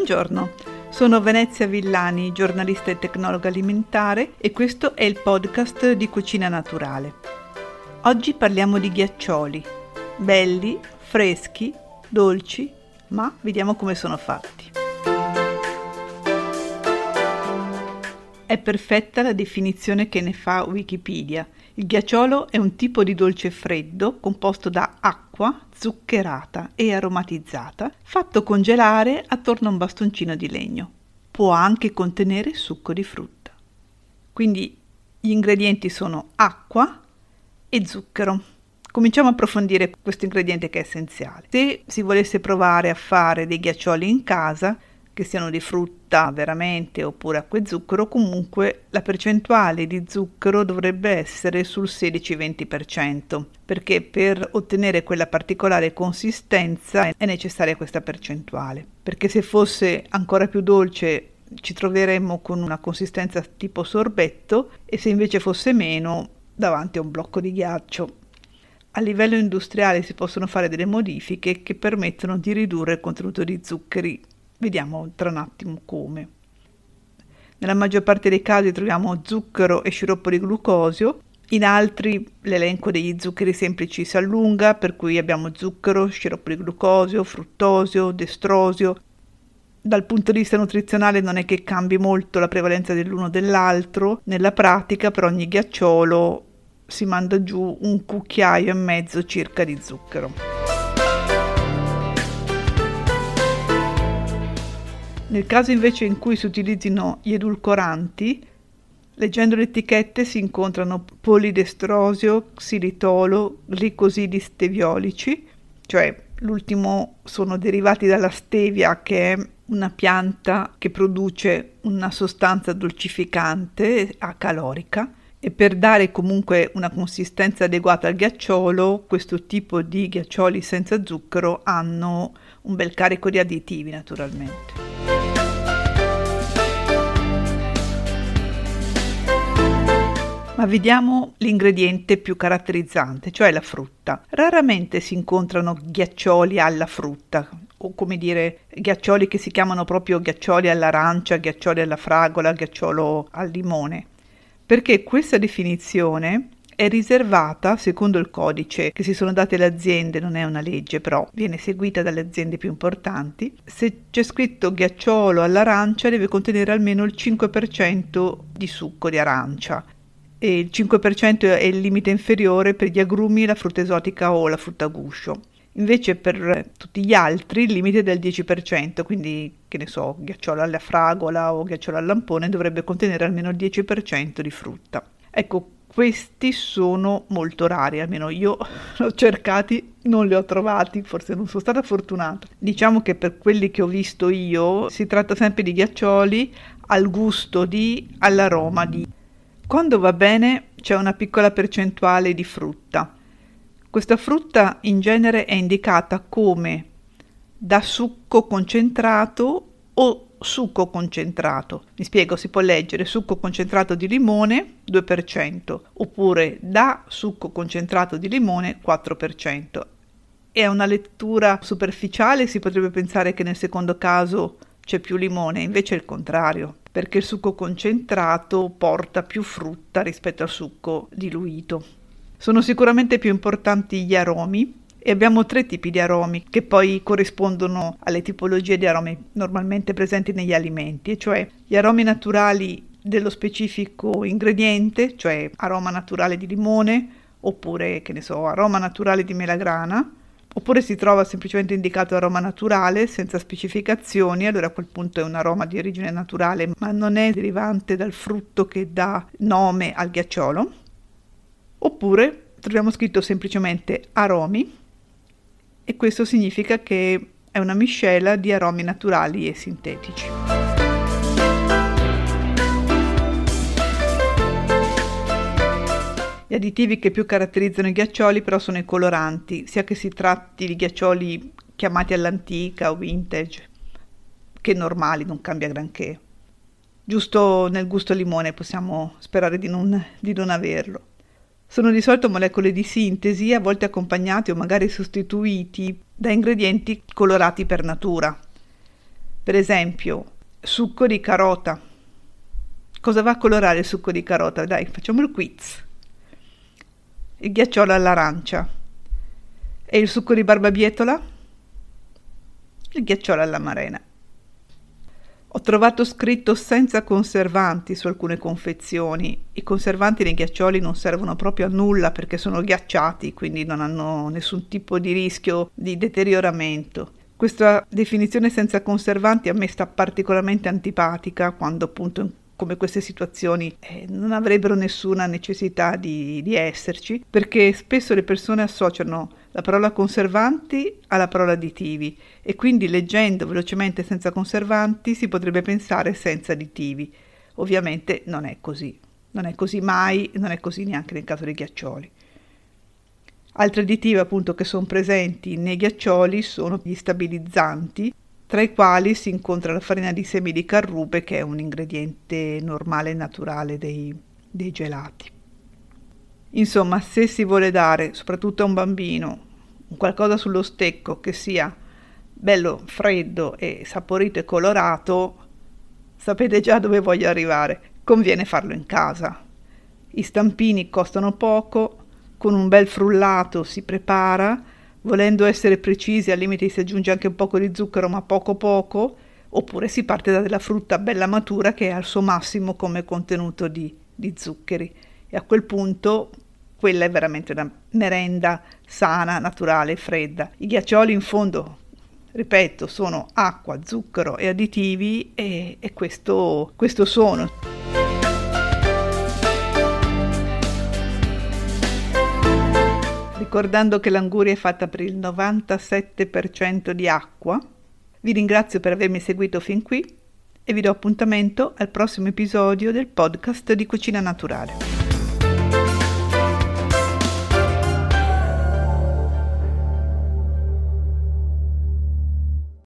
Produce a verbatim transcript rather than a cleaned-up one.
Buongiorno, sono Venezia Villani, giornalista e tecnologa alimentare e questo è il podcast di Cucina Naturale. Oggi parliamo di ghiaccioli, belli, freschi, dolci, ma vediamo come sono fatti. È perfetta la definizione che ne fa Wikipedia. Il ghiacciolo è un tipo di dolce freddo composto da acqua zuccherata e aromatizzata, fatto congelare attorno a un bastoncino di legno. Può anche contenere succo di frutta. Quindi gli ingredienti sono acqua e zucchero. Cominciamo a approfondire questo ingrediente che è essenziale. Se si volesse provare a fare dei ghiaccioli in casa, che siano di frutta veramente oppure acqua e zucchero, comunque la percentuale di zucchero dovrebbe essere sul sedici venti per cento, perché per ottenere quella particolare consistenza è necessaria questa percentuale, perché se fosse ancora più dolce ci troveremmo con una consistenza tipo sorbetto e se invece fosse meno davanti a un blocco di ghiaccio. A livello industriale si possono fare delle modifiche che permettono di ridurre il contenuto di zuccheri. Vediamo tra un attimo come. Nella maggior parte dei casi troviamo zucchero e sciroppo di glucosio, in altri l'elenco degli zuccheri semplici si allunga, per cui abbiamo zucchero, sciroppo di glucosio, fruttosio, destrosio. Dal punto di vista nutrizionale non è che cambi molto la prevalenza dell'uno o dell'altro, nella pratica per ogni ghiacciolo si manda giù un cucchiaio e mezzo circa di zucchero. Nel caso invece in cui si utilizzino gli edulcoranti, leggendo le etichette si incontrano polidestrosio, xilitolo, glicosidi steviolici, cioè l'ultimo sono derivati dalla stevia, che è una pianta che produce una sostanza dolcificante acalorica, e per dare comunque una consistenza adeguata al ghiacciolo, questo tipo di ghiaccioli senza zucchero hanno un bel carico di additivi naturalmente. Ma vediamo l'ingrediente più caratterizzante, cioè la frutta. Raramente si incontrano ghiaccioli alla frutta, o come dire ghiaccioli che si chiamano proprio ghiaccioli all'arancia, ghiaccioli alla fragola, ghiacciolo al limone, perché questa definizione è riservata, secondo il codice che si sono date le aziende, non è una legge però viene seguita dalle aziende più importanti. Se c'è scritto ghiacciolo all'arancia deve contenere almeno il cinque per cento di succo di arancia, e il cinque per cento è il limite inferiore per gli agrumi, la frutta esotica o la frutta a guscio. Invece per tutti gli altri il limite è del dieci per cento, quindi che ne so, ghiacciolo alla fragola o ghiacciolo al lampone dovrebbe contenere almeno il dieci per cento di frutta. Ecco, questi sono molto rari, almeno io li ho cercati, non li ho trovati, forse non sono stata fortunata. Diciamo che per quelli che ho visto io si tratta sempre di ghiaccioli al gusto di, all'aroma di. Quando va bene c'è una piccola percentuale di frutta. Questa frutta in genere è indicata come da succo concentrato o succo concentrato. Mi spiego, si può leggere succo concentrato di limone due per cento oppure da succo concentrato di limone quattro per cento. È una lettura superficiale, si potrebbe pensare che nel secondo caso c'è più limone, invece è il contrario, perché il succo concentrato porta più frutta rispetto al succo diluito. Sono sicuramente più importanti gli aromi e abbiamo tre tipi di aromi che poi corrispondono alle tipologie di aromi normalmente presenti negli alimenti, cioè gli aromi naturali dello specifico ingrediente, cioè aroma naturale di limone oppure, che ne so, aroma naturale di melagrana, oppure si trova semplicemente indicato aroma naturale senza specificazioni, allora a quel punto è un aroma di origine naturale ma non è derivante dal frutto che dà nome al ghiacciolo. Oppure troviamo scritto semplicemente aromi e questo significa che è una miscela di aromi naturali e sintetici. Gli additivi che più caratterizzano i ghiaccioli però sono i coloranti, sia che si tratti di ghiaccioli chiamati all'antica o vintage, che normali, non cambia granché. Giusto nel gusto limone possiamo sperare di non, di non averlo. Sono di solito molecole di sintesi, a volte accompagnati o magari sostituiti da ingredienti colorati per natura. Per esempio, succo di carota. Cosa va a colorare il succo di carota? Dai, facciamo il quiz. Il ghiacciolo all'arancia. E il succo di barbabietola? Il ghiacciolo all'amarena. Ho trovato scritto senza conservanti su alcune confezioni. I conservanti nei ghiaccioli non servono proprio a nulla perché sono ghiacciati, quindi non hanno nessun tipo di rischio di deterioramento. Questa definizione senza conservanti a me sta particolarmente antipatica quando appunto come queste situazioni eh, non avrebbero nessuna necessità di, di esserci, perché spesso le persone associano la parola conservanti alla parola additivi e quindi leggendo velocemente senza conservanti si potrebbe pensare senza additivi. Ovviamente non è così, non è così mai, non è così neanche nel caso dei ghiaccioli. Altri additivi appunto che sono presenti nei ghiaccioli sono gli stabilizzanti, tra i quali si incontra la farina di semi di carrupe, che è un ingrediente normale e naturale dei, dei gelati. Insomma, se si vuole dare, soprattutto a un bambino, qualcosa sullo stecco che sia bello freddo e saporito e colorato, sapete già dove voglio arrivare. Conviene farlo in casa. I stampini costano poco, con un bel frullato si prepara. Volendo essere precisi, al limite si aggiunge anche un poco di zucchero, ma poco poco, oppure si parte da della frutta bella matura che è al suo massimo come contenuto di, di zuccheri. E a quel punto quella è veramente una merenda sana, naturale, fredda. I ghiaccioli in fondo, ripeto, sono acqua, zucchero e additivi e, e questo, questo sono. Ricordando che l'anguria è fatta per il novantasette per cento di acqua, vi ringrazio per avermi seguito fin qui e vi do appuntamento al prossimo episodio del podcast di Cucina Naturale.